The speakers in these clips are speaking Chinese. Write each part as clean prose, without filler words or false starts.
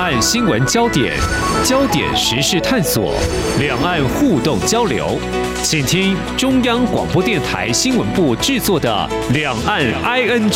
岸新闻焦点，焦点时事探索，两岸互动交流，请听中央广播电台新闻部制作的《两岸 ING》。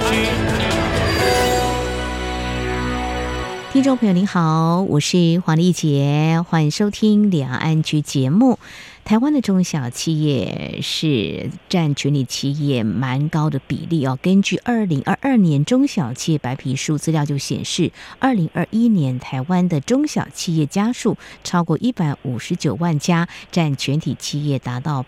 听众朋友您好，我是黄丽杰，欢迎收听两岸局节目。台湾的中小企业是占全体企业蛮高的比例哦。根据2022年中小企业白皮书资料就显示，2021年台湾的中小企业家数超过159万家，占全体企业达到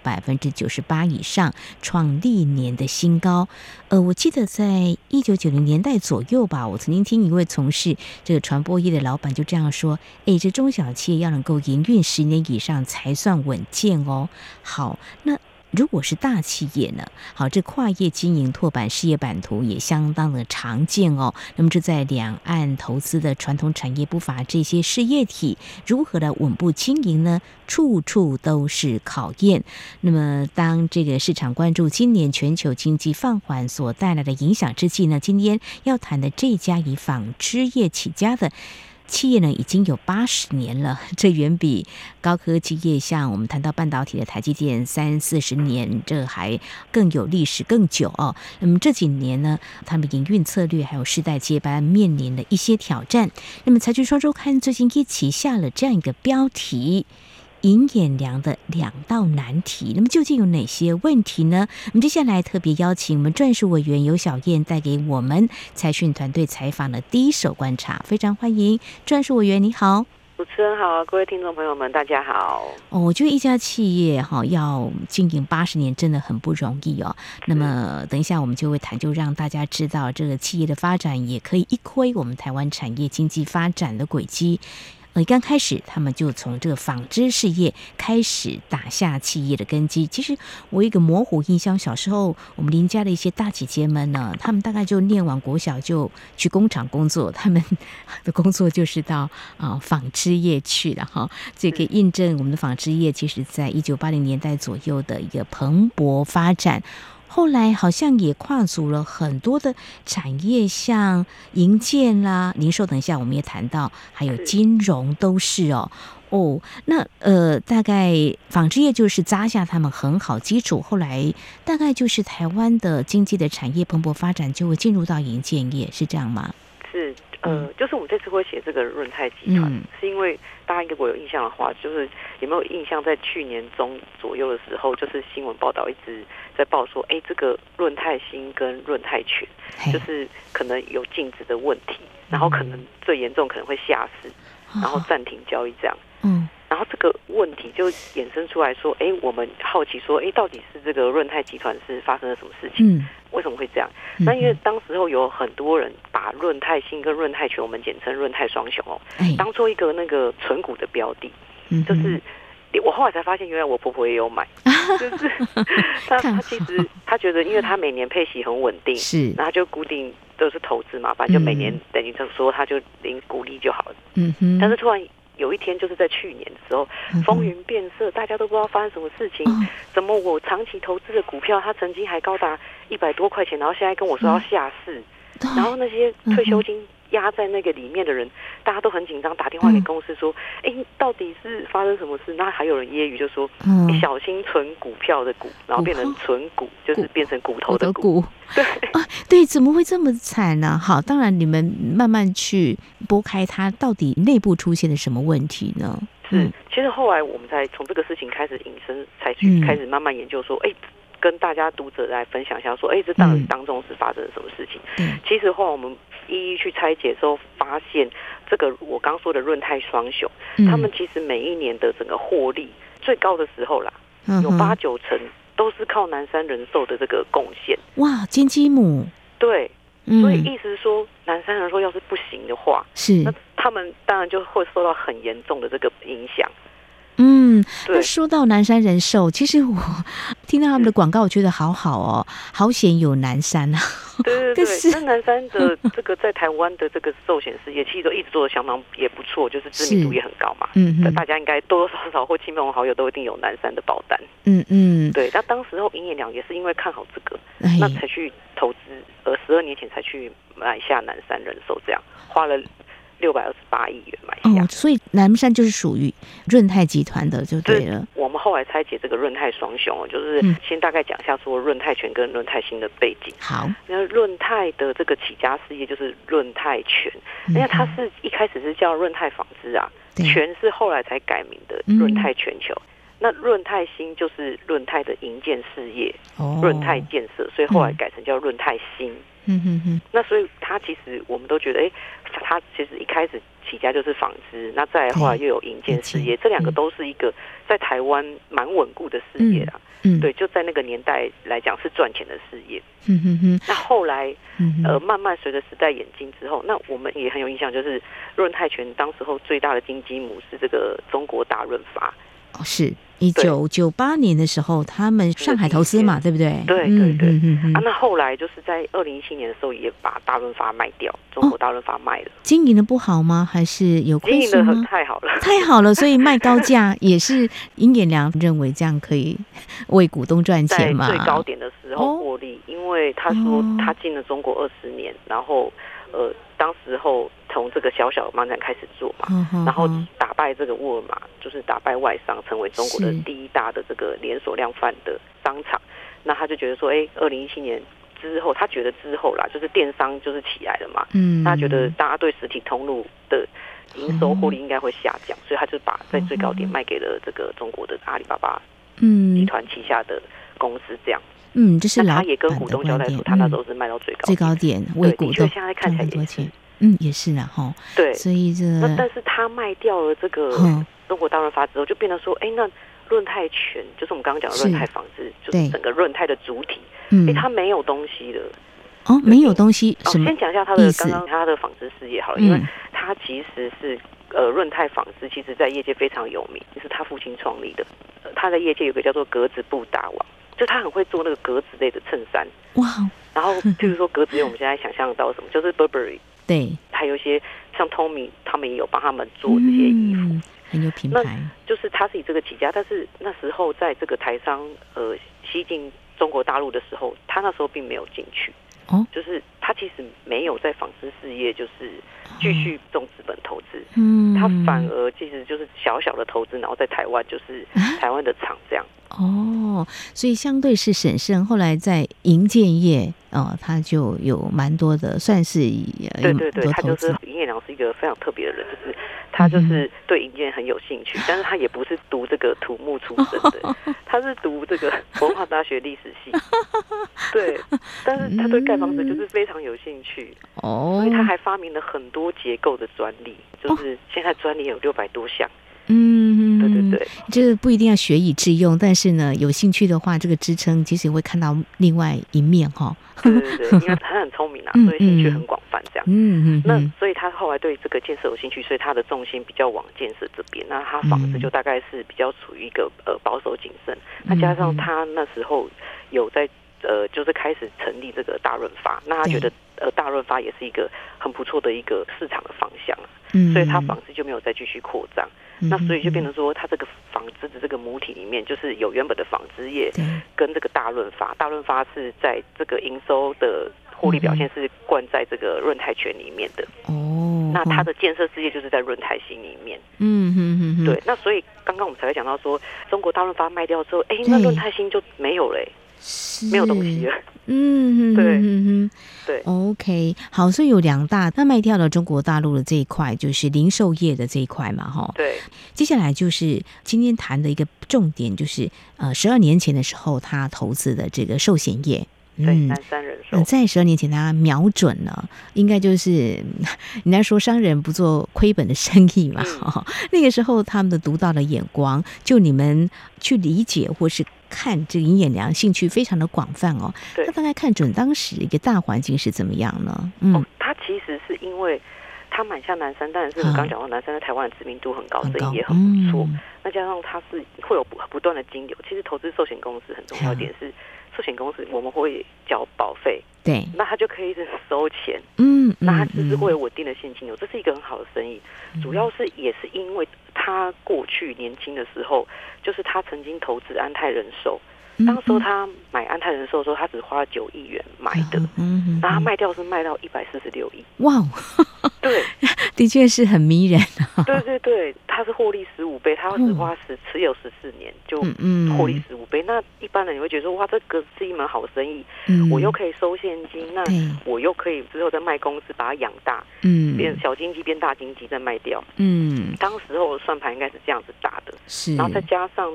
98%以上，创历年的新高。我记得在1990年代左右吧，我曾经听一位从事这个传播业的老板就这样说：这中小企业要能够营运10年以上才算稳健哦。好，那如果是大企业呢？好，这跨业经营拓版事业版图也相当的常见哦。那么这在两岸投资的传统产业不乏这些事业体，如何的稳步经营呢？处处都是考验。那么当这个市场关注今年全球经济放缓所带来的影响之际呢，今天要谈的这家以纺织业起家的企业呢，已经有80年了，这远比高科技业像我们谈到半导体的台积电30-40年，这还更有历史更久哦。那么这几年呢，他们营运策略还有世代接班面临了一些挑战。那么财讯双周刊最近一起下了这样一个标题：尹衍梁的2道难题。那么究竟有哪些问题呢？我们接下来特别邀请我们专属委员游小燕带给我们财讯团队采访的第一手观察，非常欢迎专属委员。你好。 主持人好，各位听众朋友们大家好。 我觉得一家企业要经营80年真的很不容易哦。那么等一下我们就会谈，就让大家知道这个企业的发展也可以一窥我们台湾产业经济发展的轨迹。刚开始他们就从这个纺织事业开始打下企业的根基。其实我有一个模糊印象，小时候我们邻家的一些大姐姐们呢，他们大概就念完国小就去工厂工作，他们的工作就是到纺织业去了哈。这可以印证我们的纺织业其实在1980年代左右的一个蓬勃发展。后来好像也跨足了很多的产业，像营建啦、零售，等一下我们也谈到，还有金融都是哦。那大概纺织业就是扎下他们很好基础，后来大概就是台湾的经济的产业蓬勃发展，就会进入到营建业，是这样吗？ 是，就是我们这次会写这个润泰集团，是因为大家如果有印象的话，就是有没有印象，在去年中左右的时候，就是新闻报道一直在报说，这个润泰新跟润泰全就是可能有禁止的问题，然后可能最严重可能会下市，然后暂停交易这样。然后这个问题就衍生出来说，我们好奇说，到底是这个润泰集团是发生了什么事情？为什么会这样？那因为当时候有很多人把润泰新跟润泰全，我们简称润泰双雄当做一个那个存股的标的，就是我后来才发现，原来我婆婆也有买，就是她其实她觉得，因为她每年配息很稳定，是，然后就固定都是投资嘛，反正就每年等于说她就领股利就好了。但是突然有一天，就是在去年的时候，风云变色，大家都不知道发生什么事情。怎么我长期投资的股票，它曾经还高达100多块钱，然后现在跟我说要下市，然后那些退休金压在那个里面的人，大家都很紧张，打电话给公司说，到底是发生什么事？那还有人揶揄就说，小心存股票的股，然后变成存股，就是变成骨头的骨。 对，怎么会这么惨呢？好，当然你们慢慢去拨开它，到底内部出现了什么问题呢？ 其实后来我们才从这个事情开始引申，才去开始慢慢研究说，跟大家读者来分享一下说，这当中是发生了什么事情？其实后来我们一一去拆解之后，发现这个我刚说的润泰双雄，他们其实每一年的整个获利最高的时候啦，有8-9成都是靠南山人寿的这个贡献。哇，金鸡母。对，所以意思是说，南山人寿要是不行的话，那他们当然就会受到很严重的这个影响。那说到南山人寿，其实我听到他们的广告，我觉得好好哦，好险有南山啊。对，那南山的这个在台湾的这个寿险事业，其实都一直做的相当也不错，就是知名度也很高嘛。大家应该多多少少或亲朋好友都一定有南山的保单。对，那当时候尹衍梁也是因为看好这个，那才去投资，12年前才去买下南山人寿，这样花了 628亿元买下。 所以南山就是属于润泰集团的就对了。 我们后来拆解这个润泰双雄，就是先大概讲一下说润泰全跟润泰新的背景。 好， 那润泰的这个起家事业就是润泰全，因为它是一开始是叫润泰纺织啊，全是后来才改名的润泰全球。那润泰新就是润泰的营建事业，润泰建设，所以后来改成叫润泰新。那所以它其实我们都觉得，它其实一开始起家就是纺织，那再来后来又有营建事业，这两个都是一个在台湾蛮稳固的事业啦。对，就在那个年代来讲是赚钱的事业。那后来慢慢随着时代演进之后，那我们也很有印象，就是润泰全当时候最大的金鸡母是这个中国大润发。 是1998年的时候，他们上海投资嘛，对不对？ 对。那后来就是在2017年的时候，也把大润发卖掉，中国大润发卖了。 经营的不好吗？还是有亏损吗？ 经营的太好了， 太好了，所以卖高价也是尹衍梁认为这样可以为股东赚钱嘛？ 在最高点的时候获利，因为他说他进了中国20年，然后当时候从这个小小的漫展开始做嘛，然后打败这个沃尔玛，就是打败外商，成为中国的第一大的这个连锁量贩的商场。那他就觉得说，2017年之后，他觉得之后啦，就是电商就是起来了嘛，他觉得大家对实体通路的营收获利应该会下降，所以他就把在最高点卖给了这个中国的阿里巴巴集团旗下的公司，这样。 这是老板的观点。 那他也跟股东交代说，他那时候是卖到最高点， 为股东现在看起来也是， 也是啦哈。 对， 所以但是他卖掉了这个中国大润发之后，就变成说，那润泰全就是我们刚刚讲的润泰纺织，就是整个润泰的主体，他没有东西了。 没有东西，什么？ 先讲一下他的刚刚他的纺织事业好了，因为他其实是润泰纺织，其实在业界非常有名，是他父亲创立的。他在业界有个叫做格子布大王。就他很会做那个格子类的衬衫，哇！然后譬如说格子类，我们现在想象到什么，就是 Burberry， 对，还有一些像 Tommy， 他们也有帮他们做这些衣服， 很有品牌。 那就是他是以这个起家，但是那时候在这个台商西进中国大陆的时候，他那时候并没有进去。就是他其实没有在纺织事业就是继续重资本投资，他反而其实就是小小的投资，然后在台湾就是台湾的厂这样。 所以相对是审慎，后来在营建业他就有蛮多的，算是对，他就是尹衍梁是一个非常特别的人，就是他就是对营建很有兴趣，但是他也不是读这个土木出身的，他是读这个文化大学历史系，对，但是他对盖房子就是非常有兴趣，所以他还发明了很多结构的专利，就是现在专利有600多项。对， 这不一定要学以致用，但是呢，有兴趣的话，这个支撑其实会看到另外一面哈。 对，因为他很聪明啊，所以兴趣很广泛这样。那所以他后来对这个建设有兴趣，所以他的重心比较往建设这边。那他房子就大概是比较处于一个保守谨慎。那加上他那时候有在就是开始成立这个大润发，那他觉得大润发也是一个很不错的一个市场的方向，所以他纺织就没有再继续扩张。那所以就变成说，他这个纺织的这个母体里面，就是有原本的纺织业跟这个大润发。大润发是在这个营收的获利表现是灌在这个润泰全里面的。那他的建设事业就是在润泰新里面。对，那所以刚刚我们才会讲到说，中国大润发卖掉之后，那润泰新就没有了。没有东西了。对 OK， 好，所以有两大，那卖掉了中国大陆的这一块，就是零售业的这一块嘛，哈。 对。 接下来就是今天谈的一个重点，就是12年前的时候，他投资的这个寿险业。 对，南山人寿在12年前，他瞄准了，应该就是人家说商人不做亏本的生意嘛。那个时候他们的独到的眼光，就你们去理解或是看这个尹衍梁，兴趣非常的广泛哦。那大概看准当时一个大环境是怎么样呢？ 他其实是因为他买下南山，当然是我刚刚讲到南山在台湾的知名度很高，生意也很不错。那加上他是会有不断的金流，其实投资寿险公司很重要一点是。寿险公司我们会缴保费， 对， 那他就可以一直收钱，那他只是会有稳定的现金流，这是一个很好的生意。主要是也是因为他过去年轻的时候，就是他曾经投资安泰人寿，当时候他买安泰人寿的时候，他只花了9亿元买的，然后他卖掉是卖到146亿， 哇， 对， 的确是很迷人啊。 对对对，它是获利15倍，它只花持有14年就获利15倍。那一般人你会觉得说，哇，这个是一门好生意，我又可以收现金，那我又可以之后再卖公司把它养大，变小经济变大经济再卖掉。当时候算盘应该是这样子打的，然后再加上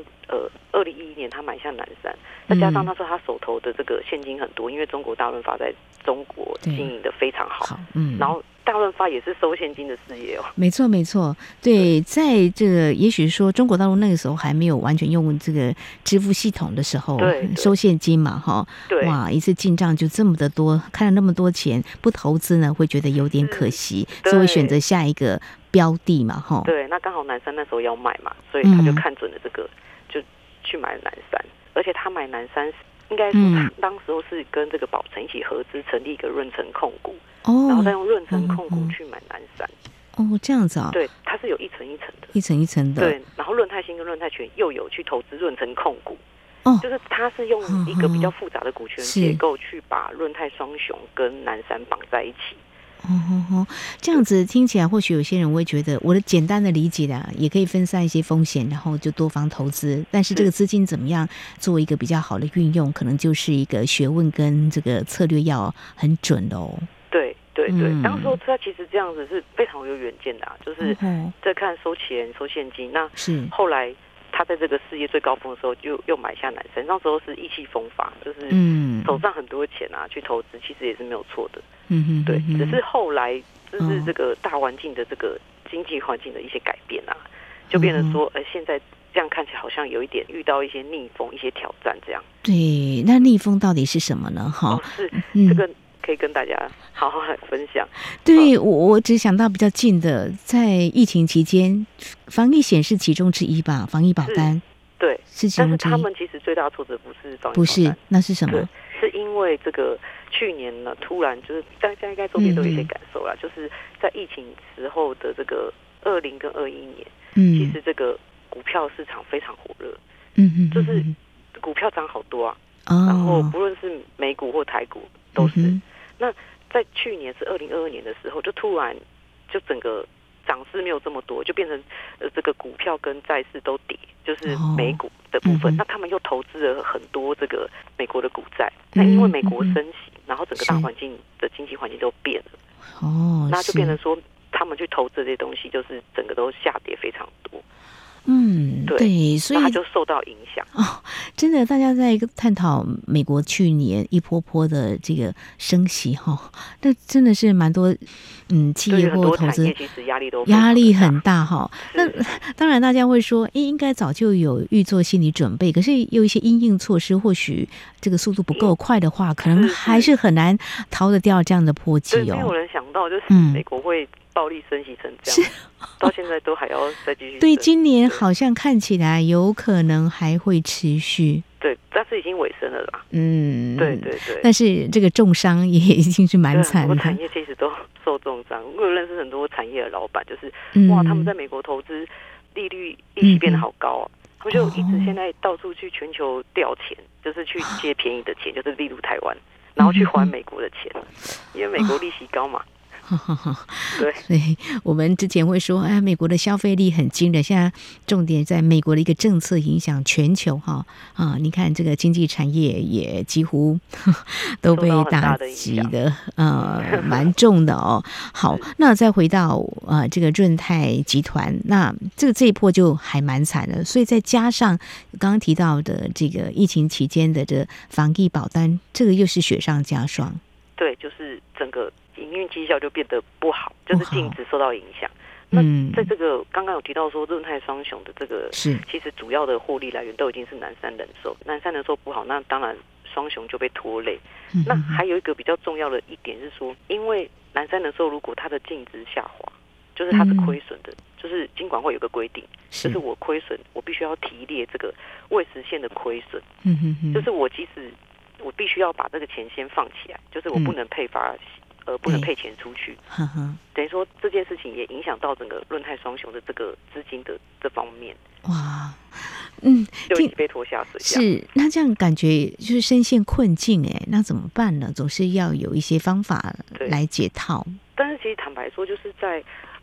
2011年他买下南山，再加上他说他手头的这个现金很多，因为中国大润发在中国经营的非常好，然后大润发也是收现金的事业哦。 没错没错，对，在这个也许说中国大陆那个时候还没有完全用这个支付系统的时候，收现金嘛，哈，哇，一次进账就这么的多，看了那么多钱，不投资呢会觉得有点可惜，所以选择下一个标的嘛，哈。对， 那刚好南山那时候要卖嘛，所以他就看准了这个，就去买了南山，而且他买南山。应该说，他当时候是跟这个宝成一起合资成立一个润成控股，然后再用润成控股去买南山。 这样子啊？ 对，它是有一层一层的， 一层一层的。 对，然后润泰新跟润泰全又有去投资润成控股，就是它是用一个比较复杂的股权结构去把润泰双雄跟南山绑在一起。 这样子听起来，或许有些人会觉得，我的简单的理解的，也可以分散一些风险，然后就多方投资。但是这个资金怎么样做一个比较好的运用，可能就是一个学问跟这个策略要很准哦。 对对对，当时他其实这样子是非常有远见的，就是在看收钱收现金。那是后来他在这个事业最高峰的时候，就又买下南山，那时候是意气风发，就是手上很多钱去投资，其实也是没有错的。对，只是后来就是这个大环境的这个经济环境的一些改变就变成说，现在这样看起来好像有一点遇到一些逆风、一些挑战这样。 对，那逆风到底是什么呢？ 是这个可以跟大家好好来分享。 对，我只想到比较近的，在疫情期间，防疫险是其中之一吧？防疫保单， 对， 是其中之一。 但是他们其实最大的挫折不是防疫保单， 不是，那是什么？ 是因为这个去年呢，突然就是大家应该周边都有一些感受啦，就是在疫情时候的这个20跟21年，其实这个股票市场非常火热，就是股票涨好多然后不论是美股或台股都是。那在去年是2022年的时候，就突然就整个涨势没有这么多，就变成这个股票跟债市都跌，就是美股的部分。那他们又投资了很多这个美国的股债，那因为美国升息，然后整个大环境的经济环境都变了，那就变成说他们去投资这些东西，就是整个都下跌非常多。对，所以他就受到影响真的，大家在探讨美国去年一波波的这个升息那真的是蛮多企业或投资其实压力很大那当然大家会说，应该早就有预做心理准备，可是有一些因应措施，或许这个速度不够快的话，可能还是很难逃得掉这样的波及没有人想到，就是美国会暴力升息成这样，到现在都还要再继续。 对，今年好像看起来有可能还会持续。 对，但是已经尾声了啦。对对对。 但是这个重伤也已经是蛮惨的。 很多产业其实都受重伤。我有认识很多产业的老板，就是他们在美国投资，利息变得好高他们就一直现在到处去全球调钱，就是去借便宜的钱，就是例如台湾，然后去还美国的钱，因为美国利息高嘛。对， 所以我们之前会说，美国的消费力很惊人。现在重点在美国的一个政策影响全球你看这个经济产业也几乎都被打击的蛮重的好，那再回到这个润泰集团，那这一波就还蛮惨的。所以再加上刚刚提到的这个疫情期间的这防疫保单，这个又是雪上加霜。 对，就是整个营运绩效就变得不好，就是净值受到影响。那在这个刚刚有提到说润泰双雄的这个，其实主要的获利来源都已经是南山人寿，南山人寿不好，那当然双雄就被拖累。那还有一个比较重要的一点是说，因为南山人寿如果它的净值下滑，就是它是亏损的，就是金管会有个规定，就是我亏损，我必须要提列这个未实现的亏损。就是我即使我必须要把这个钱先放起来，就是我不能配发，不能配钱出去。等于说这件事情也影响到整个润泰双雄的这个资金的这方面。 哇， 就一起被拖下水。 是，那这样感觉就是深陷困境那怎么办呢？总是要有一些方法来解套。 但是其实坦白说，就是在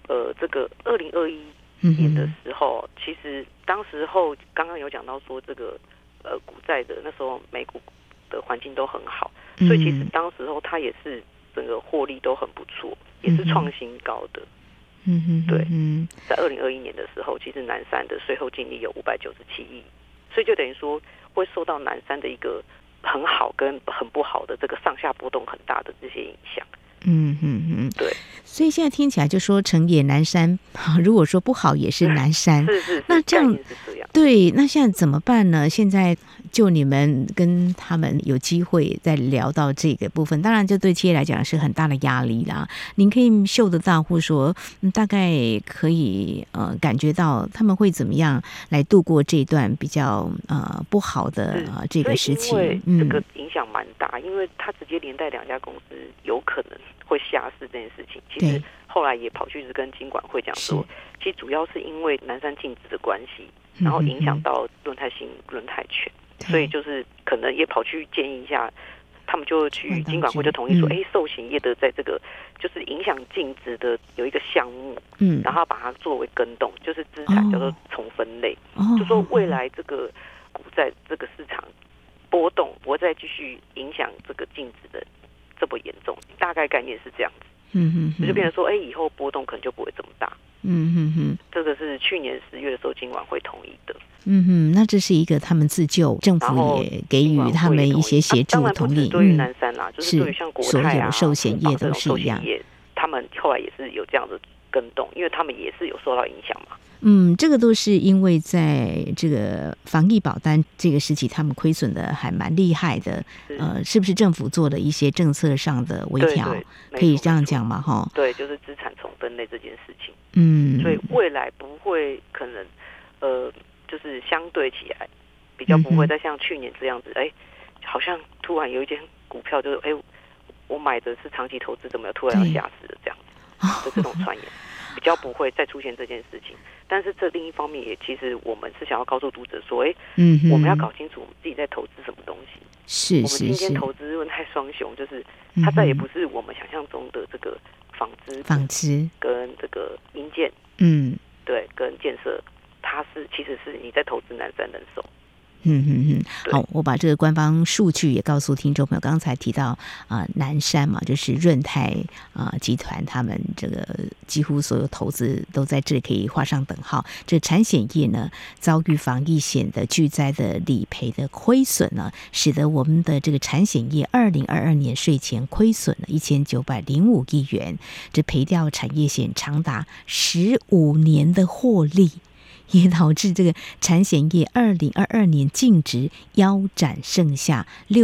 这个2021年的时候，其实当时候刚刚有讲到说这个股债的那时候美股的环境都很好，所以其实当时候它也是整个获利都很不错，也是创新高的。对，在2021年的时候，其实南山的税后净利有597亿，所以就等于说会受到南山的一个很好跟很不好的这个上下波动很大的这些影响。对， 所以现在听起来就说成也南山，如果说不好也是南山， 是， 那这样是这样。 对，那现在怎么办呢？现在就你们跟他们有机会再聊到这个部分，当然这对企业来讲是很大的压力啦。您可以嗅得到，或者说大概可以感觉到他们会怎么样来度过这段比较不好的这个时期。 因为这个影响蛮大，因为它直接连带2家公司有可能会下市这件事情。其实后来也跑去跟金管会讲说，其实主要是因为南山禁止的关系，然后影响到润泰新、润泰全，所以就是可能也跑去建议一下，他们就去金管会就同意说，寿险业的在这个就是影响净值的有一个项目，然后把它作为更动，就是资产叫做重分类，就说未来这个股债这个市场波动不会再继续影响这个净值的这么严重，大概概念是这样子。就变成说，以后波动可能就不会这么大。这个是去年10月的时候金管会同意的。 那这是一个他们自救，政府也给予他们一些协助同意。 当然不止对于南山啦，就是对于像国泰所有的寿险业都是一样。 他们后来也是有这样的更动，因为他们也是有受到影响嘛。 这个都是因为在这个防疫保单这个时期，他们亏损的还蛮厉害的。是不是政府做了一些政策上的微调？可以这样讲吗？哈， 对，就是资产重分类这件事情。所以未来不会可能，就是相对起来比较不会再像去年这样子，好像突然有一间股票就是，我买的是长期投资，怎么突然要下市了这样子的这种传言。比较不会再出现这件事情，但是这另一方面也其实我们是想要告诉读者说，我们要搞清楚我们自己在投资什么东西。我们今天投资润泰双雄，就是它再也不是我们想象中的这个纺织跟这个营建，对，跟建设，它其实是你在投资南山人寿。 好，我把这个官方数据也告诉听众朋友。刚才提到南山嘛，就是润泰集团，他们这个几乎所有投资都在这里可以画上等号。这产险业呢，遭遇防疫险的巨灾的理赔的亏损呢，使得我们的这个产险业2022年税前亏损了1905亿元，这赔掉产业险长达15年的获利。也导致这个产险业2022年净值腰斩剩下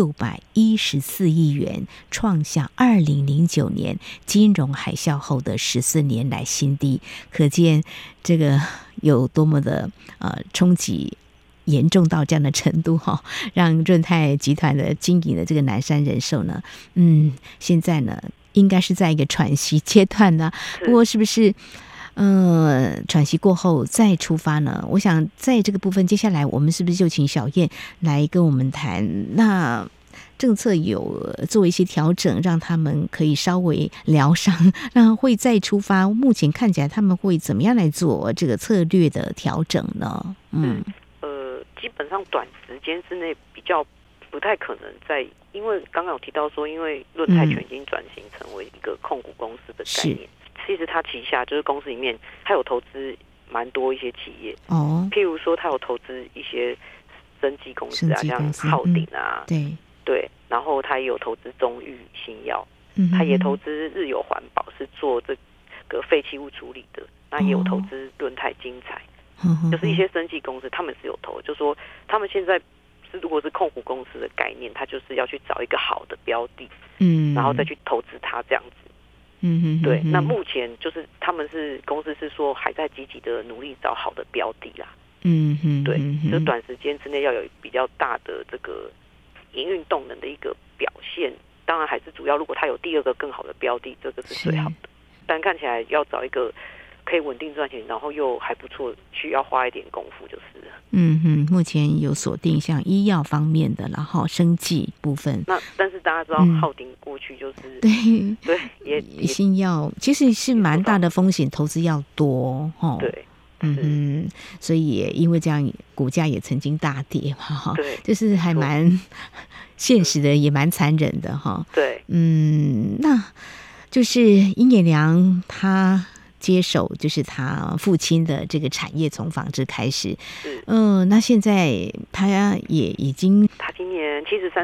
614亿元，创下2009年金融海啸后的14年来新低。可见这个有多么的冲击严重到这样的程度让润泰集团的经营的这个南山人寿呢，现在呢应该是在一个喘息阶段呢。不过是不是喘息过后再出发呢？我想在这个部分，接下来我们是不是就请小燕来跟我们谈？那政策有做一些调整，让他们可以稍微疗伤，那会再出发。目前看起来他们会怎么样来做这个策略的调整呢？ 基本上短时间之内比较不太可能在，因为刚刚有提到说，因为润泰全已经转型成为一个控股公司的概念。其实它旗下就是公司里面，它有投资蛮多一些企业譬如说它有投资一些生技公司啊，像浩鼎啊，对，然后它也有投资中裕新药，它也投资日友环保是做这个废弃物处理的，那也有投资润泰精彩，就是一些生技公司，他们是有投，就说他们现在如果是控股公司的概念，它就是要去找一个好的标的，然后再去投资它这样子。对，那目前就是他们公司是说还在积极的努力找好的标的啦。对，就短时间之内要有比较大的这个营运动能的一个表现，当然还是主要，如果他有第二个更好的标的，这个是最好的。但看起来要找一个可以稳定赚钱，然后又还不错，需要花一点功夫就是了。 目前有锁定像医药方面的，然后生技部分。 那但是大家知道浩鼎过去就是、对也新药其实是蛮大的风险，投资要多对。 所以也因为这样，股价也曾经大跌嘛， 对， 就是还蛮现实的，也蛮残忍的哈。 对， 那就是殷衍良他接手就是他父亲的这个产业，从纺织开始。那现在他也已经， 他今年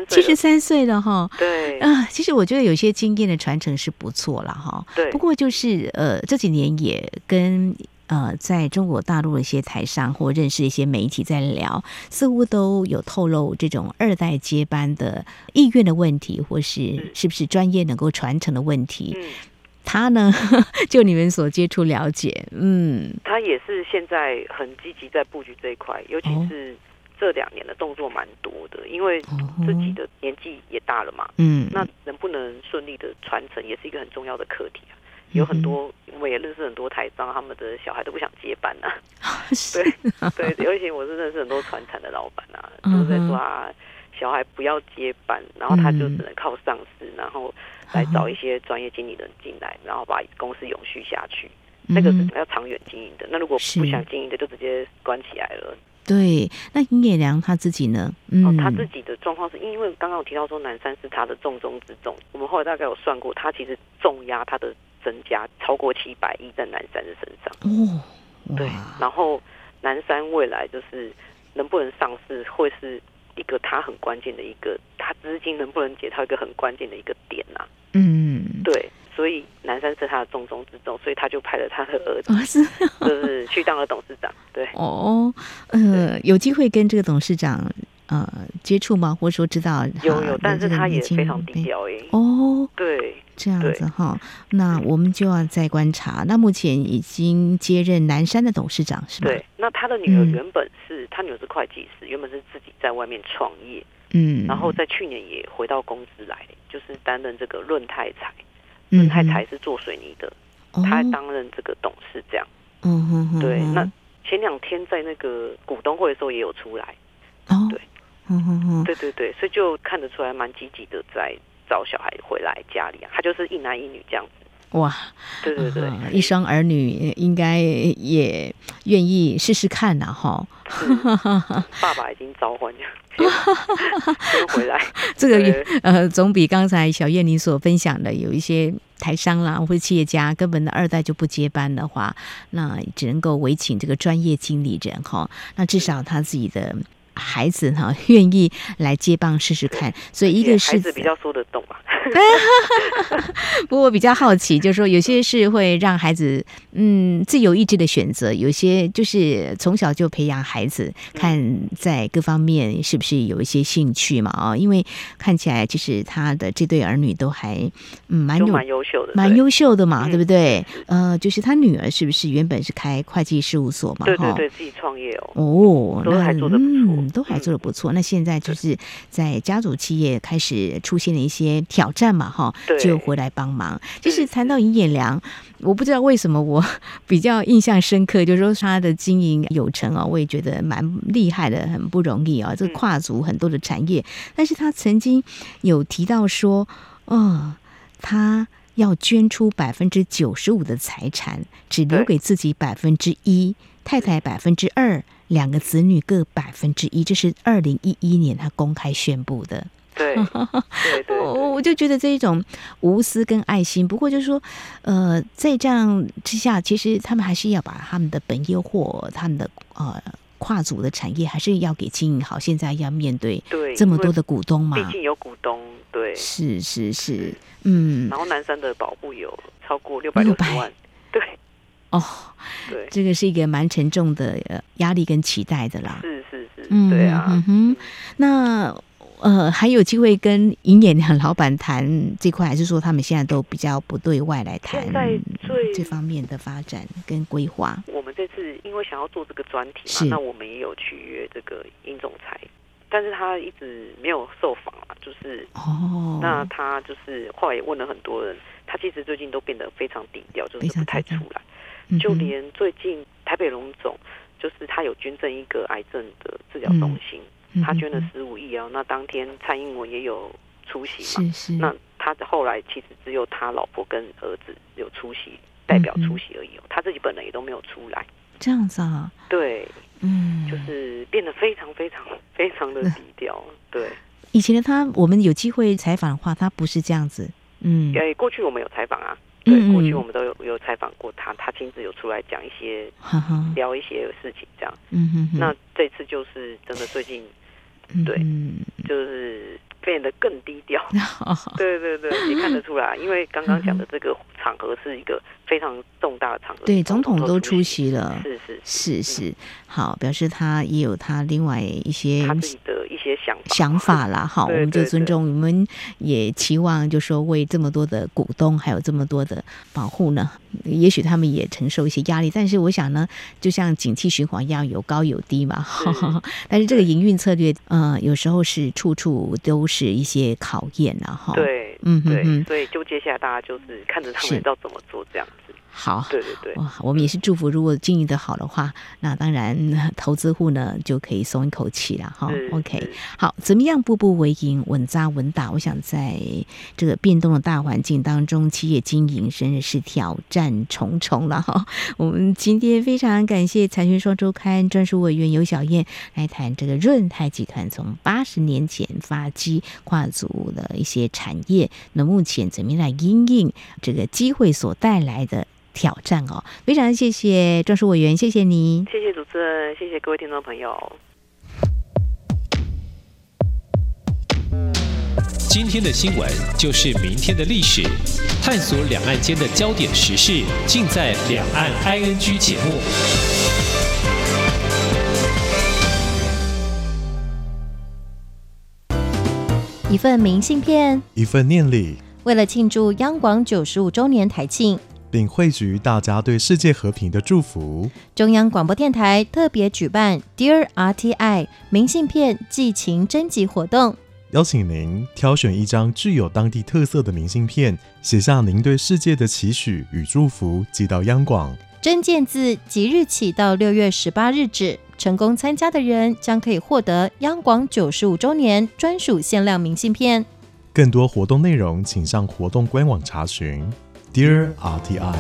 73 岁了哈。 对其实我觉得有些经验的传承是不错了哈。 对， 不过就是这几年也跟在中国大陆的一些台商或认识一些媒体在聊，似乎都有透露这种2代接班的意愿的问题，或是是不是专业能够传承的问题。他呢，就你们所接触了解， 他也是现在很积极在布局这一块，尤其是这2年的动作蛮多的，因为自己的年纪也大了嘛，那能不能顺利的传承也是一个很重要的课题啊。有很多我们也认识很多台商，他们的小孩都不想接班啊。对，尤其我是认识很多传产的老板啊，都在说小孩不要接班，然后他就只能靠上市，然后来找一些专业经理人进来，然后把公司永续下去。那个是要长远经营的。那如果不想经营的，就直接关起来了。 对，那殷衍良他自己呢？ 他自己的状况是因为刚刚有提到说南山是他的重中之重，我们后来大概有算过，他其实重压他的身家超过700亿在南山的身上。对，然后南山未来就是能不能上市，会是一个他很关键的一个，他资金能不能解套一个很关键的一个点啊。对，所以南山是他的重中之重，所以他就派了他的儿子，就是去当了董事长。对， 有机会跟这个董事长接触吗？或者说知道？ 有，但是他也非常低调对， 这样子哈。那我们就要再观察。那目前已经接任南山的董事长是吗？ 对，那他的女儿原本是，他女儿是会计师，原本是自己在外面创业，然后在去年也回到公司来，就是担任这个润泰材。润泰材是做水泥的，他担任这个董事这样。对，那前2天在那个股东会的时候也有出来。对，所以就看得出来蛮积极的在找小孩回来家里啊，他就是1男1女这样子。 哇， 对， 一双儿女应该也愿意试试看呐，哈。 爸爸已经召唤先回来。 这个总比刚才小燕你所分享的有一些台商啦或者企业家根本的2代就不接班的话，那只能够委请这个专业经理人哈，那至少他自己的孩子哈愿意来接棒试试看，所以一个是孩子比较说得动嘛。 不过我比较好奇，就是说有些是会让孩子自由意志的选择，有些就是从小就培养孩子，看在各方面是不是有一些兴趣嘛因为看起来就是他的这对儿女都还蛮优秀的， 蛮优秀的嘛，对不对？就是他女儿是不是原本是开会计事务所嘛？ 对，自己创业都还做得不错， 都还做得不错。那现在就是在家族企业开始出现了一些挑战嘛，就回来帮忙。就是谈到殷衍良，我不知道为什么我比较印象深刻，就是说他的经营有成我也觉得蛮厉害的，很不容易这个跨足很多的产业。但是他曾经有提到说，他要捐出95%的财产，只留给自己1%，太太2%，两个子女各1%，这是2011年他公开宣布的。 对， 我就觉得这一种无私跟爱心。不过就是说，在这样之下，其实他们还是要把他们的本业或他们的跨组的产业，还是要给经营好。现在要面对这么多的股东嘛， 毕竟有股东，对， 是， 然后南山的保护有超过660万，对，对， 这个是一个蛮沉重的压力跟期待的啦。 是，对啊， 那。还有机会跟殷衍良老板谈这块，还是说他们现在都比较不对外来谈这方面的发展跟规划？ 我们这次因为想要做这个专题嘛，那我们也有去约这个殷总裁，但是他一直没有受访啊，就是那他就是后来也问了很多人，他其实最近都变得非常低调，就是不太出来。 就连最近台北荣总就是他有捐赠一个癌症的治疗中心，他捐了15亿啊。那当天蔡英文也有出席嘛， 是那他后来其实只有他老婆跟儿子有出席，代表出席而已，他自己本人也都没有出来。 这样子啊？ 对，就是变得非常非常非常的低调。对， 以前的他，我们有机会采访的话，他不是这样子。 过去我们有采访啊。对，过去我们都有采访过他，他亲自有出来讲一些聊一些事情这样。那这次就是真的最近，对，就是变得更低调。对对对，也看得出来，因为刚刚讲的这个场合是一个非常重大的场合， 对，总统都出席了， 是， 好，表示他也有他另外一些他自己的一些想法啦。好，我们就尊重，我们也期望就说为这么多的股东还有这么多的保护呢，也许他们也承受一些压力，但是我想呢，就像景气循环一样，有高有低嘛。但是这个营运策略，有时候是处处都是一些考验啊。哈， 对，对，所以就接下来大家就是看着他们要怎么做这样子。 好， 对对对， 我们也是祝福，如果经营得好的话，那当然投资户呢就可以松一口气了哈。OK， 好，怎么样步步为营，稳扎稳打？我想在这个变动的大环境当中，企业经营真的是挑战重重了哈。我们今天非常感谢财讯双周刊专属委员游小燕来谈这个润泰集团从80年前发迹跨足的一些产业，那目前怎么样来因应这个机会所带来的挑战哦，非常谢谢专属委员，谢谢你， 谢谢主持人，谢谢各位听众朋友。 今天的新闻就是明天的历史，探索两岸间的焦点时事，尽在两岸 ING 节目。 一份明信片， 一份念力， 为了庆祝央广95周年台庆， 并汇聚大家对世界和平的祝福， 中央广播电台特别举办 Dear RTI 明信片寄情征集活动， 邀请您挑选一张具有当地特色的明信片，写下您对世界的期许与祝福，寄到央广。 征件自即日起到6月18日止，成功参加的人将可以获得央广95周年专属限量明信片。 更多活动内容请上活动官网查询。Dear RTI，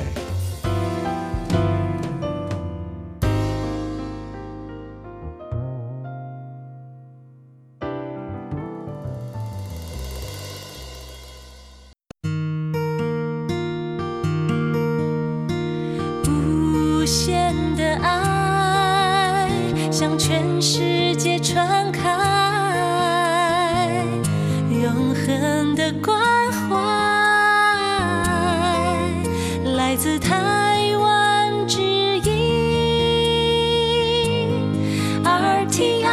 无限的爱向全世界传开，永恒的关怀来自台湾之音 RTI。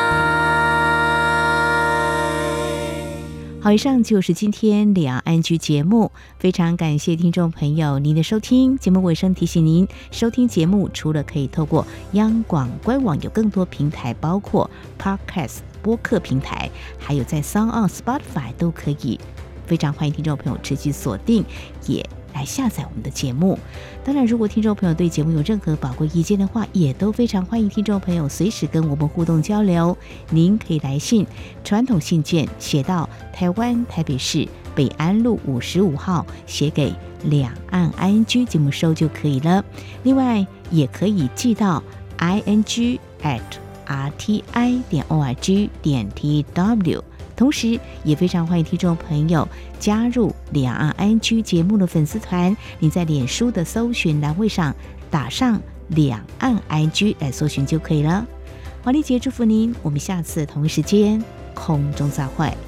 好，以上就是今天两岸局节目，非常感谢听众朋友您的收听。节目尾声提醒您，收听节目除了可以透过央广官网，有更多平台，包括 Podcast 播客平台，还有在 SoundOn、Spotify 都可以。非常欢迎听众朋友持续锁定，也来下载我们的节目。当然，如果听众朋友对节目有任何宝贵意见的话，也都非常欢迎听众朋友随时跟我们互动交流。您可以来信，传统信件写到台湾台北市北安路55号，写给两岸 ING 节目收就可以了。另外，也可以寄到 ing@rti.org.tw。同时也非常欢迎听众朋友加入两岸 ING 节目的粉丝团，你在脸书的搜寻栏位上打上两岸 ING 来搜寻就可以了。黄丽杰祝福您，我们下次同一时间空中再会。